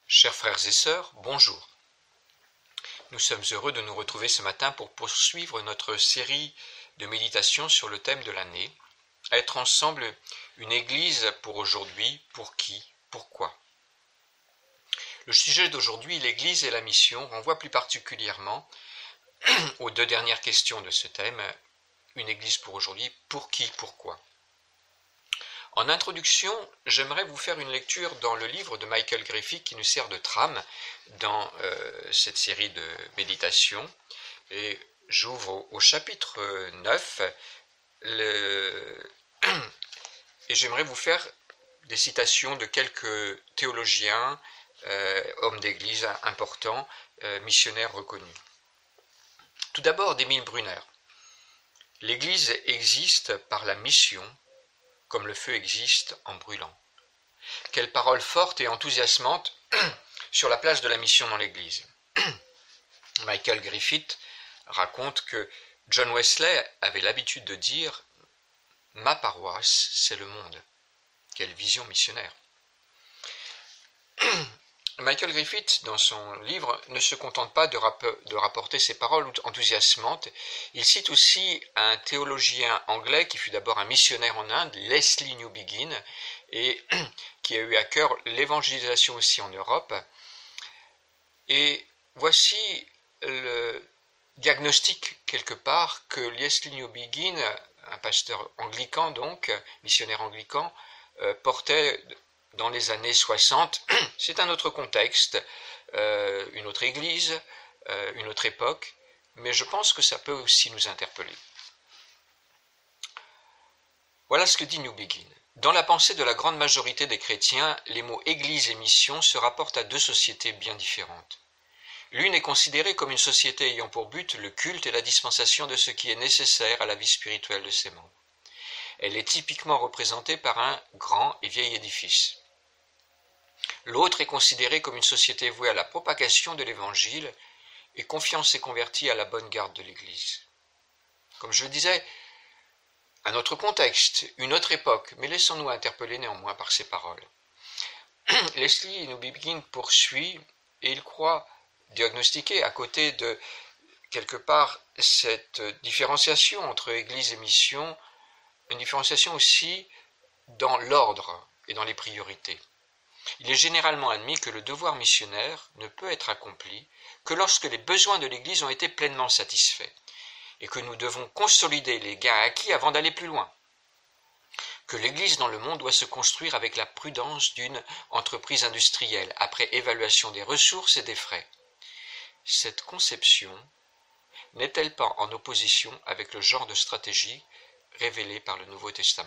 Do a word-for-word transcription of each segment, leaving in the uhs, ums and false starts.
Chers frères et sœurs, bonjour. Nous sommes heureux de nous retrouver ce matin pour poursuivre notre série de méditations sur le thème de l'année, être ensemble une église pour aujourd'hui, pour qui, pourquoi. Le sujet d'aujourd'hui, l'église et la mission, renvoie plus particulièrement aux deux dernières questions de ce thème, une église pour aujourd'hui, pour qui, pourquoi. En introduction, j'aimerais vous faire une lecture dans le livre de Michael Griffith qui nous sert de trame dans euh, cette série de méditations. Et j'ouvre au, au chapitre neuf le... et j'aimerais vous faire des citations de quelques théologiens, euh, hommes d'église importants, euh, missionnaires reconnus. Tout d'abord d'Émile Brunner. L'Église existe par la mission, comme le feu existe en brûlant. Quelle parole forte et enthousiasmante sur la place de la mission dans l'Église. Michael Griffith raconte que John Wesley avait l'habitude de dire « Ma paroisse, c'est le monde ». Quelle vision missionnaire. Michael Griffith, dans son livre, ne se contente pas de, rap- de rapporter ces paroles enthousiasmantes. Il cite aussi un théologien anglais qui fut d'abord un missionnaire en Inde, Leslie Newbigin, et qui a eu à cœur l'évangélisation aussi en Europe. Et voici le diagnostic, quelque part, que Leslie Newbigin, un pasteur anglican donc, missionnaire anglican, euh, portait dans les années soixante. C'est un autre contexte, euh, une autre église, euh, une autre époque, mais je pense que ça peut aussi nous interpeller. Voilà ce que dit Newbigin. Dans la pensée de la grande majorité des chrétiens, les mots église et mission se rapportent à deux sociétés bien différentes. L'une est considérée comme une société ayant pour but le culte et la dispensation de ce qui est nécessaire à la vie spirituelle de ses membres. Elle est typiquement représentée par un grand et vieil édifice. L'autre est considérée comme une société vouée à la propagation de l'Évangile et confiant ses convertis à la bonne garde de l'Église. Comme je le disais, un autre contexte, une autre époque, mais laissons-nous interpeller néanmoins par ces paroles. Leslie Newbigin poursuit et il croit diagnostiquer à côté de, quelque part, cette différenciation entre Église et mission, une différenciation aussi dans l'ordre et dans les priorités. Il est généralement admis que le devoir missionnaire ne peut être accompli que lorsque les besoins de l'Église ont été pleinement satisfaits et que nous devons consolider les gains acquis avant d'aller plus loin. Que l'Église dans le monde doit se construire avec la prudence d'une entreprise industrielle après évaluation des ressources et des frais. Cette conception n'est-elle pas en opposition avec le genre de stratégie révélé par le Nouveau Testament ?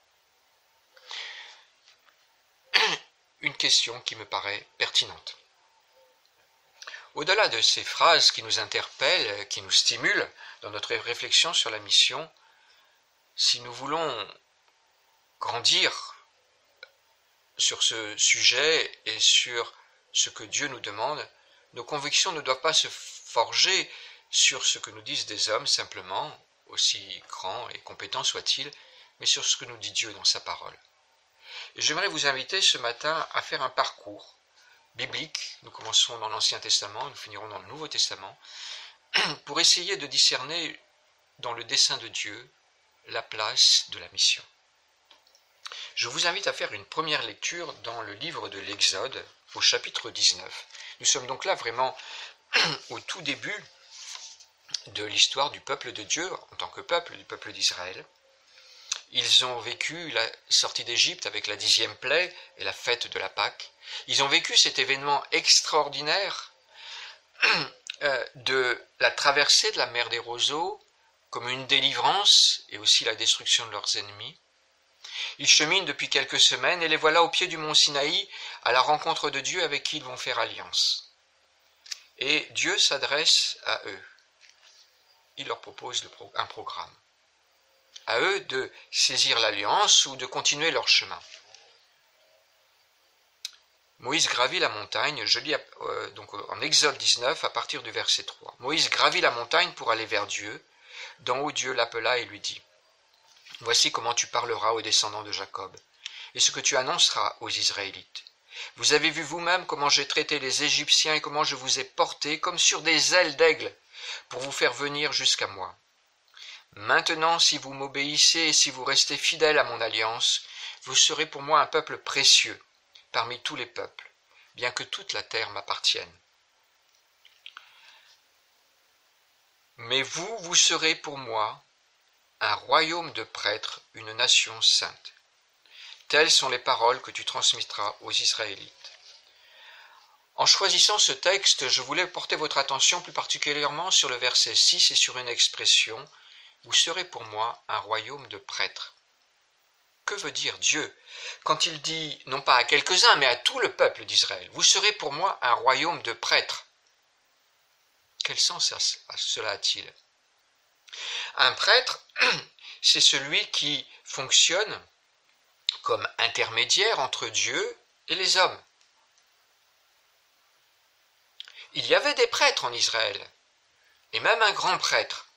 Une question qui me paraît pertinente. Au-delà de ces phrases qui nous interpellent, qui nous stimulent dans notre réflexion sur la mission, si nous voulons grandir sur ce sujet et sur ce que Dieu nous demande, nos convictions ne doivent pas se forger sur ce que nous disent des hommes simplement, aussi grands et compétents soient-ils, mais sur ce que nous dit Dieu dans sa parole. Et j'aimerais vous inviter ce matin à faire un parcours biblique. Nous commencerons dans l'Ancien Testament, nous finirons dans le Nouveau Testament, pour essayer de discerner dans le dessein de Dieu la place de la mission. Je vous invite à faire une première lecture dans le livre de l'Exode, au chapitre dix-neuf. Nous sommes donc là vraiment au tout début de l'histoire du peuple de Dieu, en tant que peuple, du peuple d'Israël. Ils ont vécu la sortie d'Égypte avec la dixième plaie et la fête de la Pâque. Ils ont vécu cet événement extraordinaire de la traversée de la mer des roseaux comme une délivrance et aussi la destruction de leurs ennemis. Ils cheminent depuis quelques semaines et les voilà au pied du mont Sinaï à la rencontre de Dieu avec qui ils vont faire alliance. Et Dieu s'adresse à eux. Il leur propose un programme. À eux de saisir l'alliance ou de continuer leur chemin. Moïse gravit la montagne, je lis euh, donc en Exode dix-neuf à partir du verset trois. Moïse gravit la montagne pour aller vers Dieu. D'en haut Dieu l'appela et lui dit « Voici comment tu parleras aux descendants de Jacob, et ce que tu annonceras aux Israélites. Vous avez vu vous-même comment j'ai traité les Égyptiens et comment je vous ai portés comme sur des ailes d'aigle pour vous faire venir jusqu'à moi. Maintenant, si vous m'obéissez et si vous restez fidèles à mon alliance, vous serez pour moi un peuple précieux parmi tous les peuples, bien que toute la terre m'appartienne. Mais vous, vous serez pour moi un royaume de prêtres, une nation sainte. Telles sont les paroles que tu transmettras aux Israélites. En choisissant ce texte, je voulais porter votre attention plus particulièrement sur le verset six et sur une expression « Vous serez pour moi un royaume de prêtres ». Que veut dire Dieu quand il dit, non pas à quelques-uns, mais à tout le peuple d'Israël, « Vous serez pour moi un royaume de prêtres ». Quel sens cela a-t-il? Un prêtre, c'est celui qui fonctionne comme intermédiaire entre Dieu et les hommes. Il y avait des prêtres en Israël, et même un grand prêtre.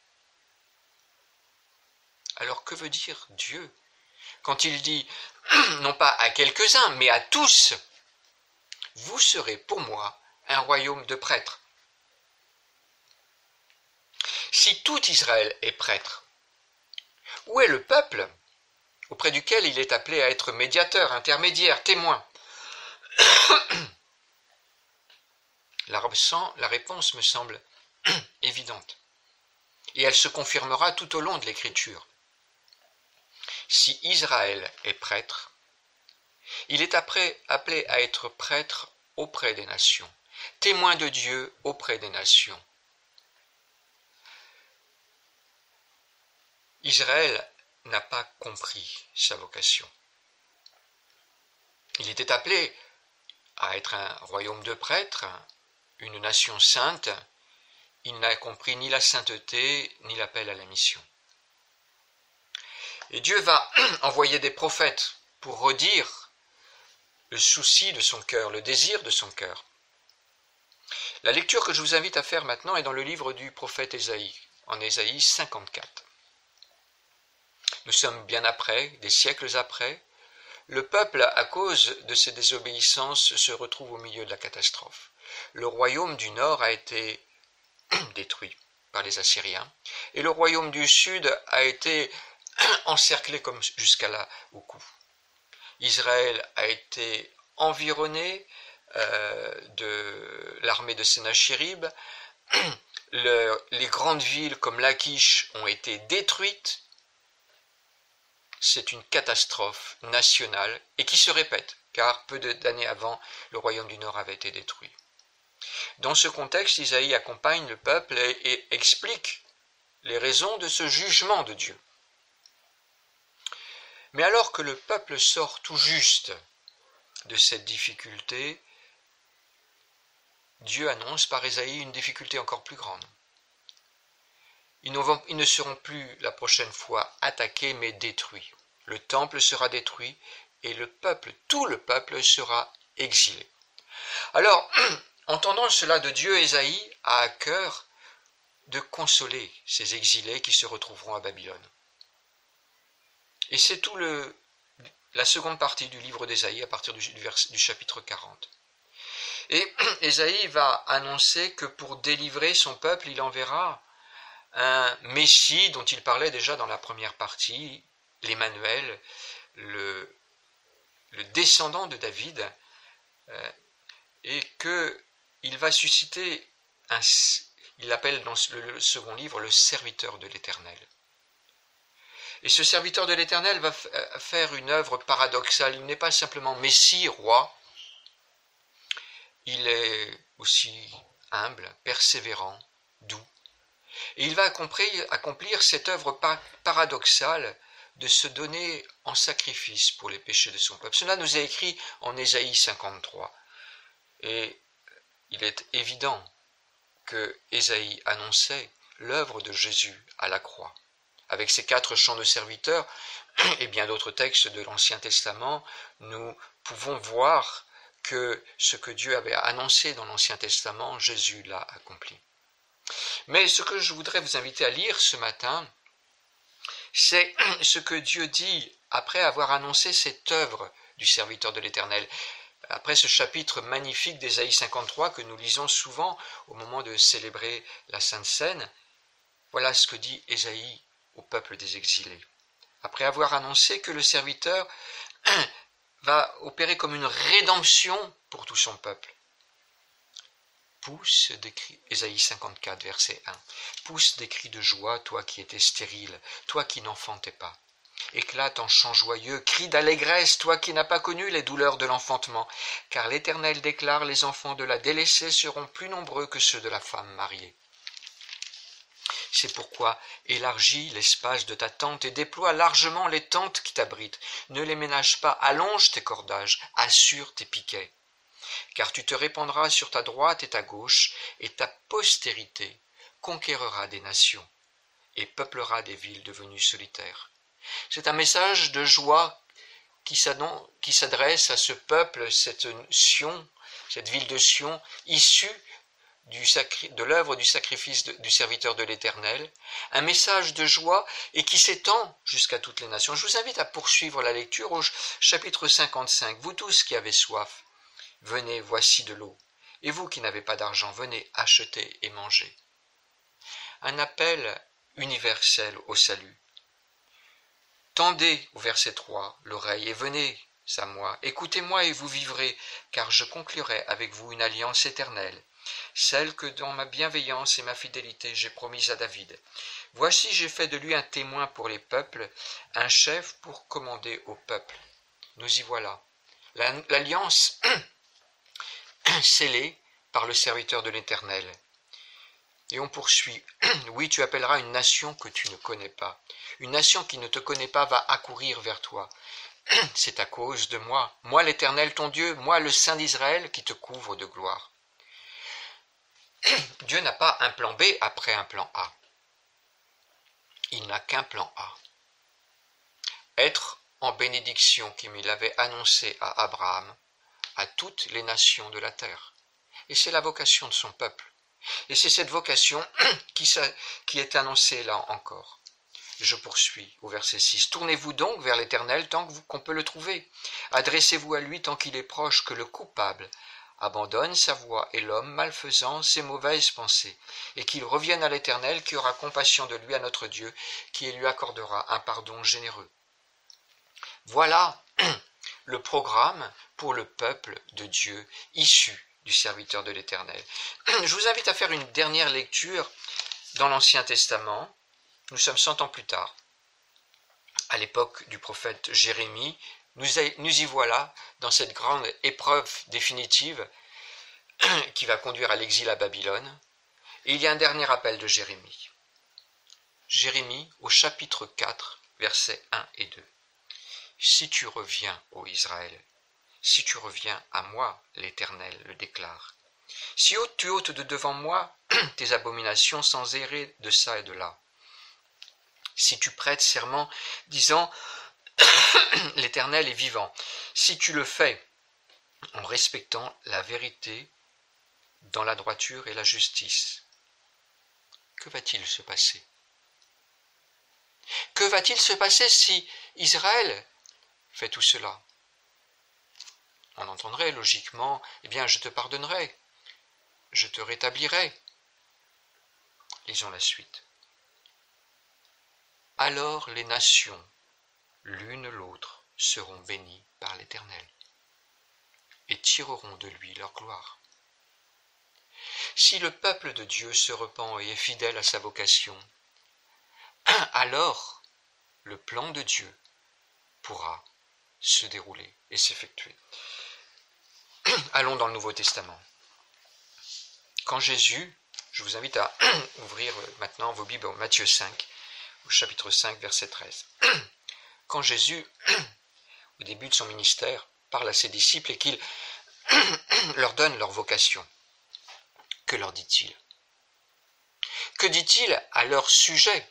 Alors que veut dire Dieu quand il dit, non pas à quelques-uns, mais à tous, vous serez pour moi un royaume de prêtres. Si tout Israël est prêtre, où est le peuple auprès duquel il est appelé à être médiateur, intermédiaire, témoin? La réponse me semble évidente, et elle se confirmera tout au long de l'Écriture. Si Israël est prêtre, il est après appelé à être prêtre auprès des nations, témoin de Dieu auprès des nations. Israël n'a pas compris sa vocation. Il était appelé à être un royaume de prêtres, une nation sainte. Il n'a compris ni la sainteté, ni l'appel à la mission. Et Dieu va envoyer des prophètes pour redire le souci de son cœur, le désir de son cœur. La lecture que je vous invite à faire maintenant est dans le livre du prophète Ésaïe, en Ésaïe cinquante-quatre. Nous sommes bien après, des siècles après. Le peuple, à cause de ses désobéissances, se retrouve au milieu de la catastrophe. Le royaume du nord a été détruit par les Assyriens, et le royaume du sud a été encerclé comme jusqu'à là au cou. Israël a été environné euh, de l'armée de Sennachérib. Le, les grandes villes comme Lachish ont été détruites. C'est une catastrophe nationale et qui se répète, car peu d'années avant, le royaume du Nord avait été détruit. Dans ce contexte, Isaïe accompagne le peuple et, et explique les raisons de ce jugement de Dieu. Mais alors que le peuple sort tout juste de cette difficulté, Dieu annonce par Ésaïe une difficulté encore plus grande. Ils ne, vont, ils ne seront plus la prochaine fois attaqués mais détruits. Le temple sera détruit et le peuple, tout le peuple sera exilé. Alors, entendant cela de Dieu, Ésaïe a à cœur de consoler ces exilés qui se retrouveront à Babylone. Et c'est tout le, la seconde partie du livre d'Ésaïe à partir du, du, vers, du chapitre quarante. Et Ésaïe va annoncer que pour délivrer son peuple, il enverra un Messie dont il parlait déjà dans la première partie, l'Emmanuel, le, le descendant de David, euh, et qu'il va susciter, un, il l'appelle dans le, le second livre, le serviteur de l'Éternel. Et ce serviteur de l'Éternel va faire une œuvre paradoxale. Il n'est pas simplement Messie, roi, il est aussi humble, persévérant, doux. Et il va accomplir, accomplir cette œuvre paradoxale de se donner en sacrifice pour les péchés de son peuple. Cela nous est écrit en Ésaïe cinquante-trois. Et il est évident que Ésaïe annonçait l'œuvre de Jésus à la croix. Avec ces quatre chants de serviteurs et bien d'autres textes de l'Ancien Testament, nous pouvons voir que ce que Dieu avait annoncé dans l'Ancien Testament, Jésus l'a accompli. Mais ce que je voudrais vous inviter à lire ce matin, c'est ce que Dieu dit après avoir annoncé cette œuvre du serviteur de l'Éternel. après ce chapitre magnifique d'Ésaïe cinquante-trois que nous lisons souvent au moment de célébrer la Sainte Seine, voilà ce que dit Ésaïe au peuple des exilés. Après avoir annoncé que le serviteur va opérer comme une rédemption pour tout son peuple. Pousse des cris, Ésaïe cinquante-quatre, verset un. Pousse des cris de joie, toi qui étais stérile, toi qui n'enfantais pas. Éclate en chant joyeux, crie d'allégresse, toi qui n'as pas connu les douleurs de l'enfantement, car l'Éternel déclare, les enfants de la délaissée seront plus nombreux que ceux de la femme mariée. C'est pourquoi élargis l'espace de ta tente et déploie largement les tentes qui t'abritent. Ne les ménage pas, allonge tes cordages, assure tes piquets. Car tu te répandras sur ta droite et ta gauche, et ta postérité conquérera des nations et peuplera des villes devenues solitaires. C'est un message de joie qui s'adresse à ce peuple, cette Sion, cette ville de Sion, issue du sacri, de l'œuvre du sacrifice de, du serviteur de l'Éternel, un message de joie et qui s'étend jusqu'à toutes les nations. Je vous invite à poursuivre la lecture au chapitre cinquante-cinq. Vous tous qui avez soif, venez, voici de l'eau. Et vous qui n'avez pas d'argent, venez acheter et manger. Un appel universel au salut. Tendez, au verset trois, l'oreille et venez à moi. Écoutez-moi et vous vivrez, car je conclurai avec vous une alliance éternelle, celle que dans ma bienveillance et ma fidélité j'ai promise à David. Voici, j'ai fait de lui un témoin pour les peuples, un chef pour commander au peuple. Nous y voilà. L'alliance scellée par le serviteur de l'Éternel. Et on poursuit. Oui, tu appelleras une nation que tu ne connais pas. Une nation qui ne te connaît pas va accourir vers toi. C'est à cause de moi, moi l'Éternel ton Dieu, moi le Saint d'Israël qui te couvre de gloire. Dieu n'a pas un plan B après un plan A. Il n'a qu'un plan A. Être en bénédiction comme il avait annoncé à Abraham, à toutes les nations de la terre. Et c'est la vocation de son peuple. Et c'est cette vocation qui, qui est annoncée là encore. Je poursuis au verset six. Tournez-vous donc vers l'Éternel tant qu'on peut le trouver. Adressez-vous à lui tant qu'il est proche, que le coupable abandonne sa voie et l'homme malfaisant ses mauvaises pensées, et qu'il revienne à l'Éternel qui aura compassion de lui, à notre Dieu, qui lui accordera un pardon généreux. Voilà le programme pour le peuple de Dieu issu du serviteur de l'Éternel. Je vous invite à faire une dernière lecture dans l'Ancien Testament. Nous sommes cent ans plus tard. À l'époque du prophète Jérémie, nous, nous y voilà dans cette grande épreuve définitive qui va conduire à l'exil à Babylone. Et il y a un dernier appel de Jérémie. Jérémie au chapitre quatre, versets un et deux. Si tu reviens, ô Israël, si tu reviens à moi, l'Éternel le déclare. Si tu ôtes de devant moi tes abominations sans errer de ça et de là. Si tu prêtes serment, disant « l'Éternel est vivant », si tu le fais en respectant la vérité dans la droiture et la justice, que va-t-il se passer? Que va-t-il se passer si Israël fait tout cela? On entendrait logiquement, eh bien je te pardonnerai, je te rétablirai. Lisons la suite. Alors les nations, l'une l'autre, seront bénies par l'Éternel et tireront de lui leur gloire. Si le peuple de Dieu se repent et est fidèle à sa vocation, alors le plan de Dieu pourra se dérouler et s'effectuer. Allons dans le Nouveau Testament. Quand Jésus, je vous invite à ouvrir maintenant vos Bibles au Matthieu cinq, au chapitre cinq, verset treize. Quand Jésus, au début de son ministère, parle à ses disciples et qu'il leur donne leur vocation, que leur dit-il? Que dit-il à leur sujet?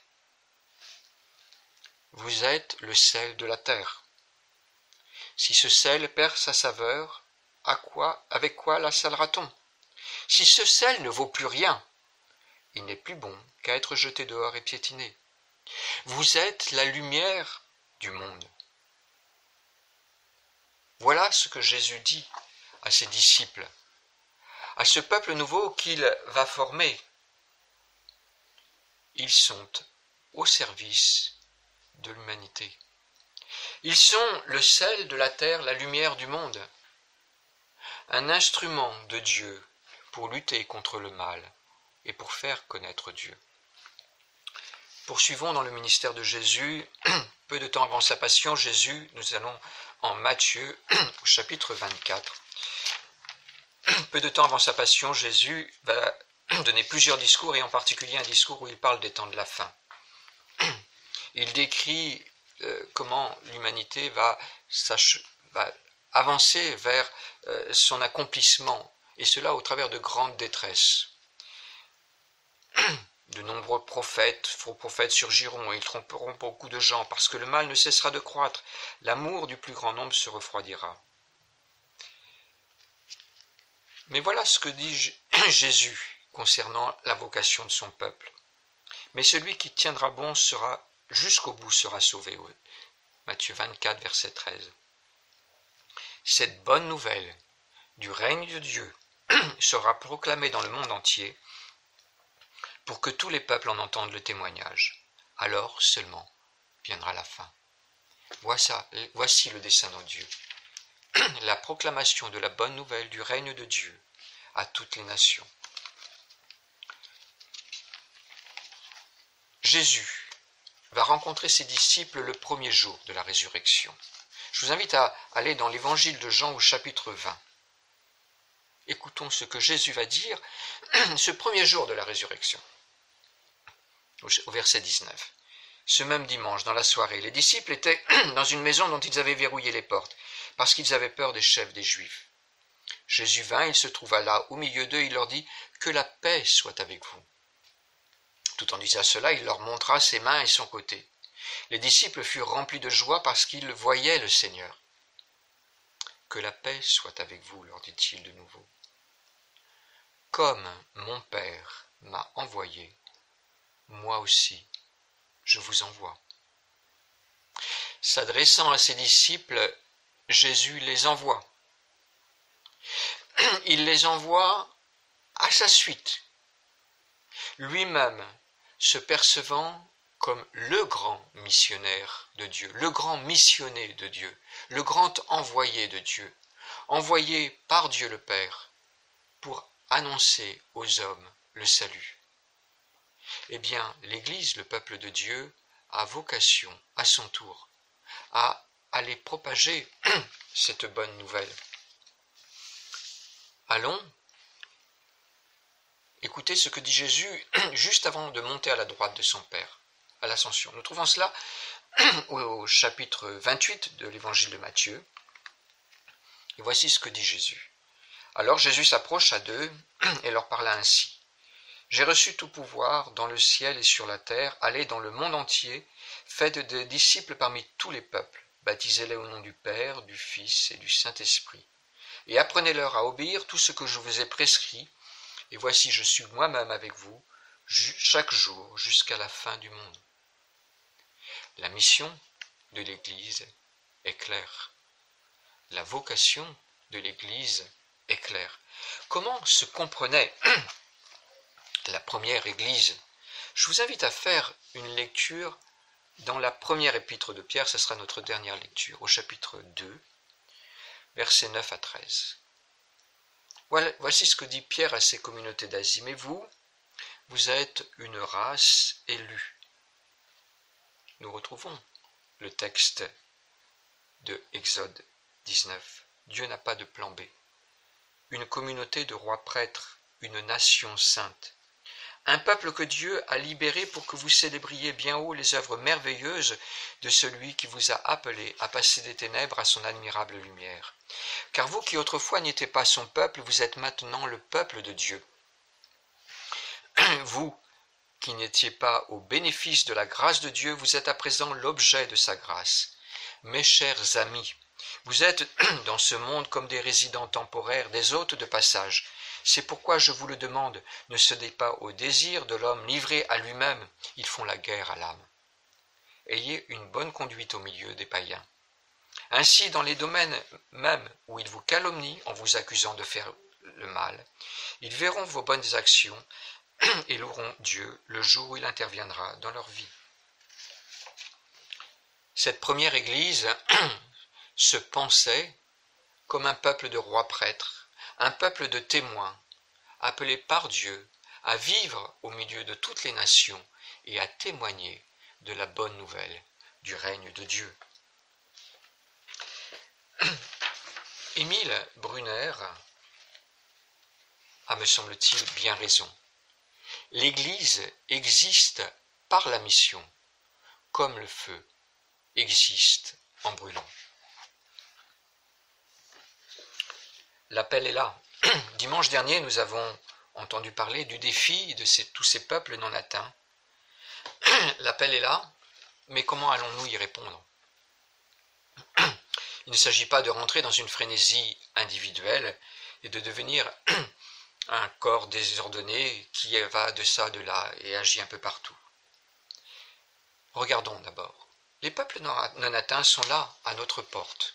Vous êtes le sel de la terre. Si ce sel perd sa saveur, à quoi, avec quoi la salera-t-on? Si ce sel ne vaut plus rien, il n'est plus bon qu'à être jeté dehors et piétiné. Vous êtes la lumière du monde. Voilà ce que Jésus dit à ses disciples, à ce peuple nouveau qu'il va former. Ils sont au service de l'humanité. Ils sont le sel de la terre, la lumière du monde, un instrument de Dieu pour lutter contre le mal et pour faire connaître Dieu. Poursuivons dans le ministère de Jésus. Peu de temps avant sa passion, Jésus, nous allons en Matthieu au chapitre vingt-quatre. Peu de temps avant sa passion, Jésus va donner plusieurs discours et en particulier un discours où il parle des temps de la fin. Il décrit euh, comment l'humanité va, va avancer vers euh, son accomplissement, et cela au travers de grandes détresses. De nombreux prophètes, faux prophètes surgiront et ils tromperont beaucoup de gens parce que le mal ne cessera de croître. L'amour du plus grand nombre se refroidira. Mais voilà ce que dit Jésus concernant la vocation de son peuple. Mais celui qui tiendra bon sera jusqu'au bout sera sauvé. Matthieu vingt-quatre, verset treize. Cette bonne nouvelle du règne de Dieu sera proclamée dans le monde entier pour que tous les peuples en entendent le témoignage. Alors seulement viendra la fin. Voici, voici le dessein de Dieu. La proclamation de la bonne nouvelle du règne de Dieu à toutes les nations. Jésus va rencontrer ses disciples le premier jour de la résurrection. Je vous invite à aller dans l'évangile de Jean au chapitre vingt. Écoutons ce que Jésus va dire ce premier jour de la résurrection. Au verset dix-neuf. Ce même dimanche, dans la soirée, les disciples étaient dans une maison dont ils avaient verrouillé les portes, parce qu'ils avaient peur des chefs des Juifs. Jésus vint, il se trouva là, au milieu d'eux, il leur dit « Que la paix soit avec vous ». Tout en disant cela, il leur montra ses mains et son côté. Les disciples furent remplis de joie parce qu'ils voyaient le Seigneur. « Que la paix soit avec vous », leur dit-il de nouveau. « Comme mon Père m'a envoyé, moi aussi, je vous envoie. » S'adressant à ses disciples, Jésus les envoie. Il les envoie à sa suite, lui-même se percevant comme le grand missionnaire de Dieu, le grand missionné de Dieu, le grand envoyé de Dieu, envoyé par Dieu le Père pour annoncer aux hommes le salut. Eh bien, l'Église, le peuple de Dieu, a vocation, à son tour, à aller propager cette bonne nouvelle. Allons écouter ce que dit Jésus juste avant de monter à la droite de son Père, à l'Ascension. Nous trouvons cela au chapitre vingt-huit de l'Évangile de Matthieu. Et voici ce que dit Jésus. Alors Jésus s'approcha d'eux et leur parla ainsi. J'ai reçu tout pouvoir dans le ciel et sur la terre. Allez dans le monde entier, faites des disciples parmi tous les peuples, baptisez-les au nom du Père, du Fils et du Saint-Esprit, et apprenez-leur à obéir tout ce que je vous ai prescrit, et voici je suis moi-même avec vous, chaque jour jusqu'à la fin du monde. La mission de l'Église est claire. La vocation de l'Église est claire. Comment se comprenait la première Église? Je vous invite à faire une lecture dans la première épître de Pierre, ce sera notre dernière lecture, au chapitre deux, versets neuf à treize. Voilà, voici ce que dit Pierre à ces communautés d'Asie. Mais vous, vous êtes une race élue. Nous retrouvons le texte de Exode dix-neuf. Dieu n'a pas de plan B. Une communauté de rois prêtres, une nation sainte. Un peuple que Dieu a libéré pour que vous célébriez bien haut les œuvres merveilleuses de celui qui vous a appelé à passer des ténèbres à son admirable lumière. Car vous qui autrefois n'étiez pas son peuple, vous êtes maintenant le peuple de Dieu. Vous qui n'étiez pas au bénéfice de la grâce de Dieu, vous êtes à présent l'objet de sa grâce. Mes chers amis, vous êtes dans ce monde comme des résidents temporaires, des hôtes de passage. C'est pourquoi je vous le demande, ne cédez pas au désir de l'homme livré à lui-même, ils font la guerre à l'âme. Ayez une bonne conduite au milieu des païens. Ainsi, dans les domaines même où ils vous calomnient en vous accusant de faire le mal, ils verront vos bonnes actions et loueront Dieu le jour où il interviendra dans leur vie. Cette première Église se pensait comme un peuple de rois prêtres, un peuple de témoins, appelé par Dieu à vivre au milieu de toutes les nations et à témoigner de la bonne nouvelle du règne de Dieu. Émile Brunner a, me semble-t-il, bien raison. L'Église existe par la mission, comme le feu existe en brûlant. L'appel est là. Dimanche dernier, nous avons entendu parler du défi de ces, tous ces peuples non atteints. L'appel est là, mais comment allons-nous y répondre? Il ne s'agit pas de rentrer dans une frénésie individuelle et de devenir un corps désordonné qui va de ça, de là et agit un peu partout. Regardons d'abord. Les peuples non atteints sont là, à notre porte.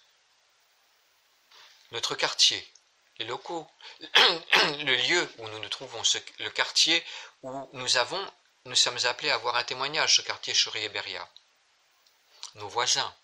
Notre quartier, les locaux, le lieu où nous nous trouvons, ce, le quartier où nous avons, nous sommes appelés à avoir un témoignage, ce quartier Chaury-et-Beria. Nos voisins.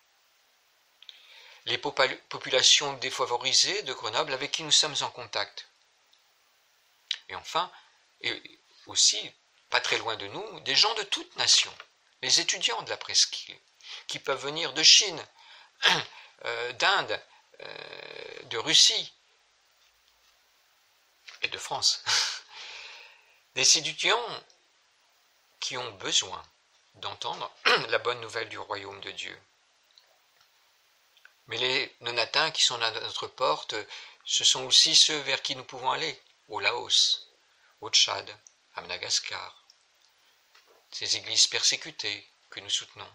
Les populations défavorisées de Grenoble avec qui nous sommes en contact. Et enfin, et aussi, pas très loin de nous, des gens de toutes nations, les étudiants de la presqu'île, qui peuvent venir de Chine, euh, d'Inde, euh, de Russie et de France. Des étudiants qui ont besoin d'entendre la bonne nouvelle du royaume de Dieu. Mais les non-atteints qui sont à notre porte, ce sont aussi ceux vers qui nous pouvons aller, au Laos, au Tchad, à Madagascar, ces églises persécutées que nous soutenons.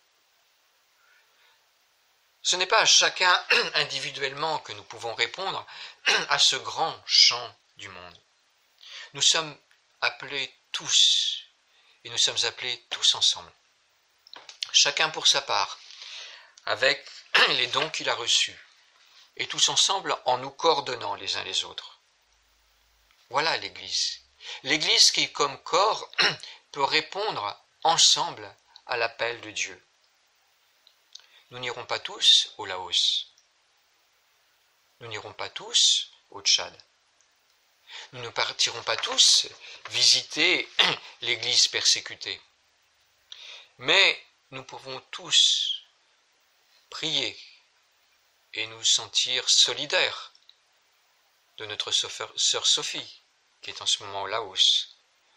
Ce n'est pas à chacun individuellement que nous pouvons répondre à ce grand champ du monde. Nous sommes appelés tous, et nous sommes appelés tous ensemble, chacun pour sa part, avec les dons qu'il a reçus, et tous ensemble en nous coordonnant les uns les autres. Voilà l'Église. L'Église qui, comme corps, peut répondre ensemble à l'appel de Dieu. Nous n'irons pas tous au Laos. Nous n'irons pas tous au Tchad. Nous ne partirons pas tous visiter l'Église persécutée. Mais nous pouvons tous prier et nous sentir solidaires de notre sœur Sophie, qui est en ce moment au Laos.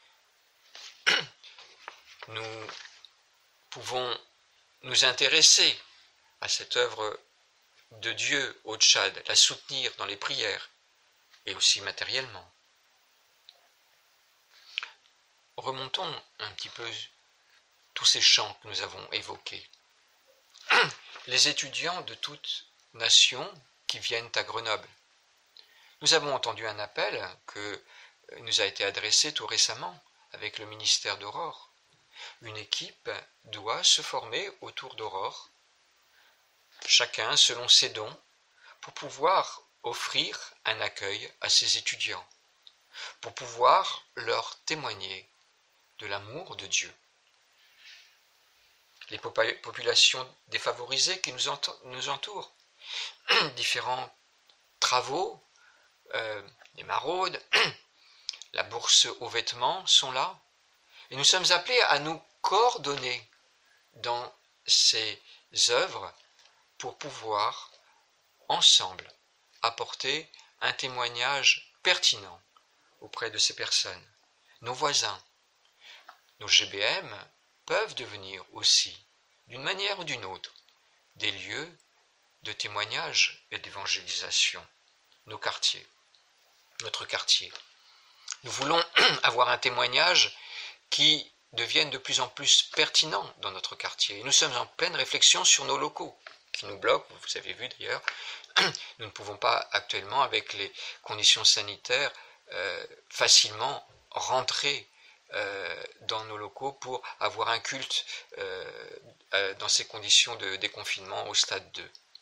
Nous pouvons nous intéresser à cette œuvre de Dieu au Tchad, la soutenir dans les prières et aussi matériellement. Remontons un petit peu tous ces chants que nous avons évoqués. Les étudiants de toutes nations qui viennent à Grenoble. Nous avons entendu un appel que nous a été adressé tout récemment avec le ministère d'Aurore. Une équipe doit se former autour d'Aurore, chacun selon ses dons, pour pouvoir offrir un accueil à ses étudiants, pour pouvoir leur témoigner de l'amour de Dieu. Les populations défavorisées qui nous entourent, différents travaux, euh, les maraudes, la bourse aux vêtements sont là, et nous sommes appelés à nous coordonner dans ces œuvres pour pouvoir ensemble apporter un témoignage pertinent auprès de ces personnes. Nos voisins, nos G B M peuvent devenir aussi, d'une manière ou d'une autre, des lieux de témoignage et d'évangélisation. Nos quartiers, notre quartier. Nous voulons avoir un témoignage qui devienne de plus en plus pertinent dans notre quartier. Et nous sommes en pleine réflexion sur nos locaux, qui nous bloquent, vous avez vu d'ailleurs. Nous ne pouvons pas actuellement, avec les conditions sanitaires, euh, facilement rentrer euh, dans nos locaux pour avoir un culte euh, euh, dans ces conditions de déconfinement au stade deux.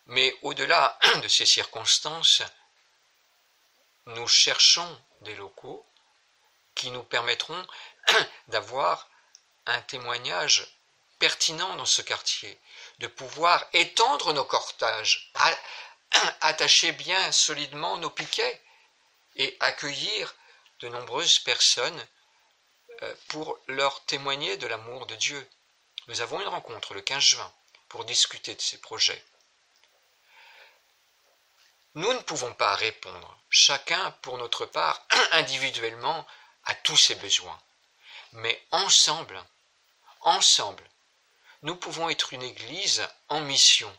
Mais au-delà de ces circonstances, nous cherchons des locaux qui nous permettront d'avoir un témoignage pertinent dans ce quartier, de pouvoir étendre nos cortages, attacher bien solidement nos piquets et accueillir de nombreuses personnes pour leur témoigner de l'amour de Dieu. Nous avons une rencontre le quinze juin pour discuter de ces projets. Nous ne pouvons pas répondre, chacun pour notre part, individuellement, à tous ses besoins. Mais ensemble, ensemble, nous pouvons être une Église en mission,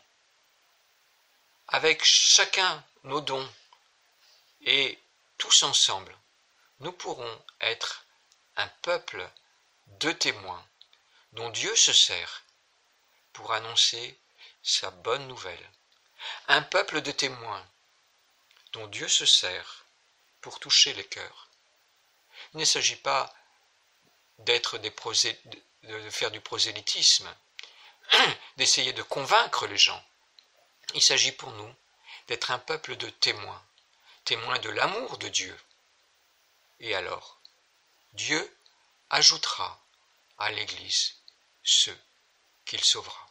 avec chacun nos dons, et tous ensemble, nous pourrons être un peuple de témoins dont Dieu se sert pour annoncer sa bonne nouvelle. Un peuple de témoins dont Dieu se sert pour toucher les cœurs. Il ne s'agit pas d'être des prosé... de faire du prosélytisme, d'essayer de convaincre les gens. Il s'agit pour nous d'être un peuple de témoins, témoins de l'amour de Dieu. Et alors, Dieu ajoutera à l'Église ceux qu'il sauvera.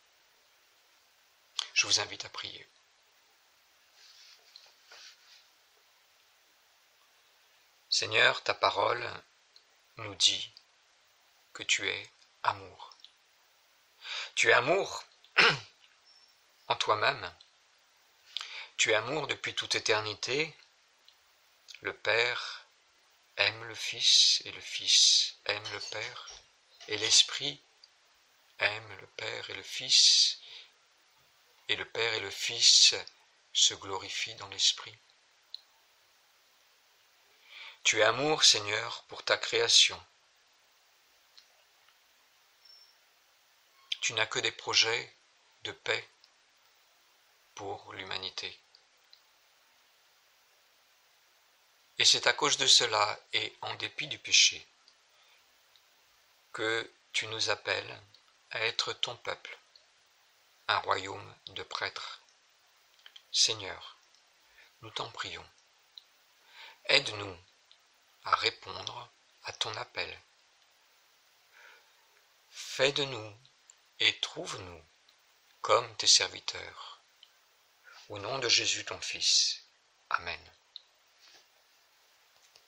Je vous invite à prier. Seigneur, ta parole nous dit que tu es amour. Tu es amour en toi-même. Tu es amour depuis toute éternité. Le Père aime le Fils et le Fils aime le Père. Et l'Esprit aime le Père et le Fils. Et le Père et le Fils se glorifient dans l'Esprit. Tu es amour, Seigneur, pour ta création. Tu n'as que des projets de paix pour l'humanité. Et c'est à cause de cela, et en dépit du péché, que tu nous appelles à être ton peuple, un royaume de prêtres. Seigneur, nous t'en prions. Aide-nous à répondre à ton appel. Fais de nous et trouve-nous comme tes serviteurs. Au nom de Jésus ton Fils. Amen.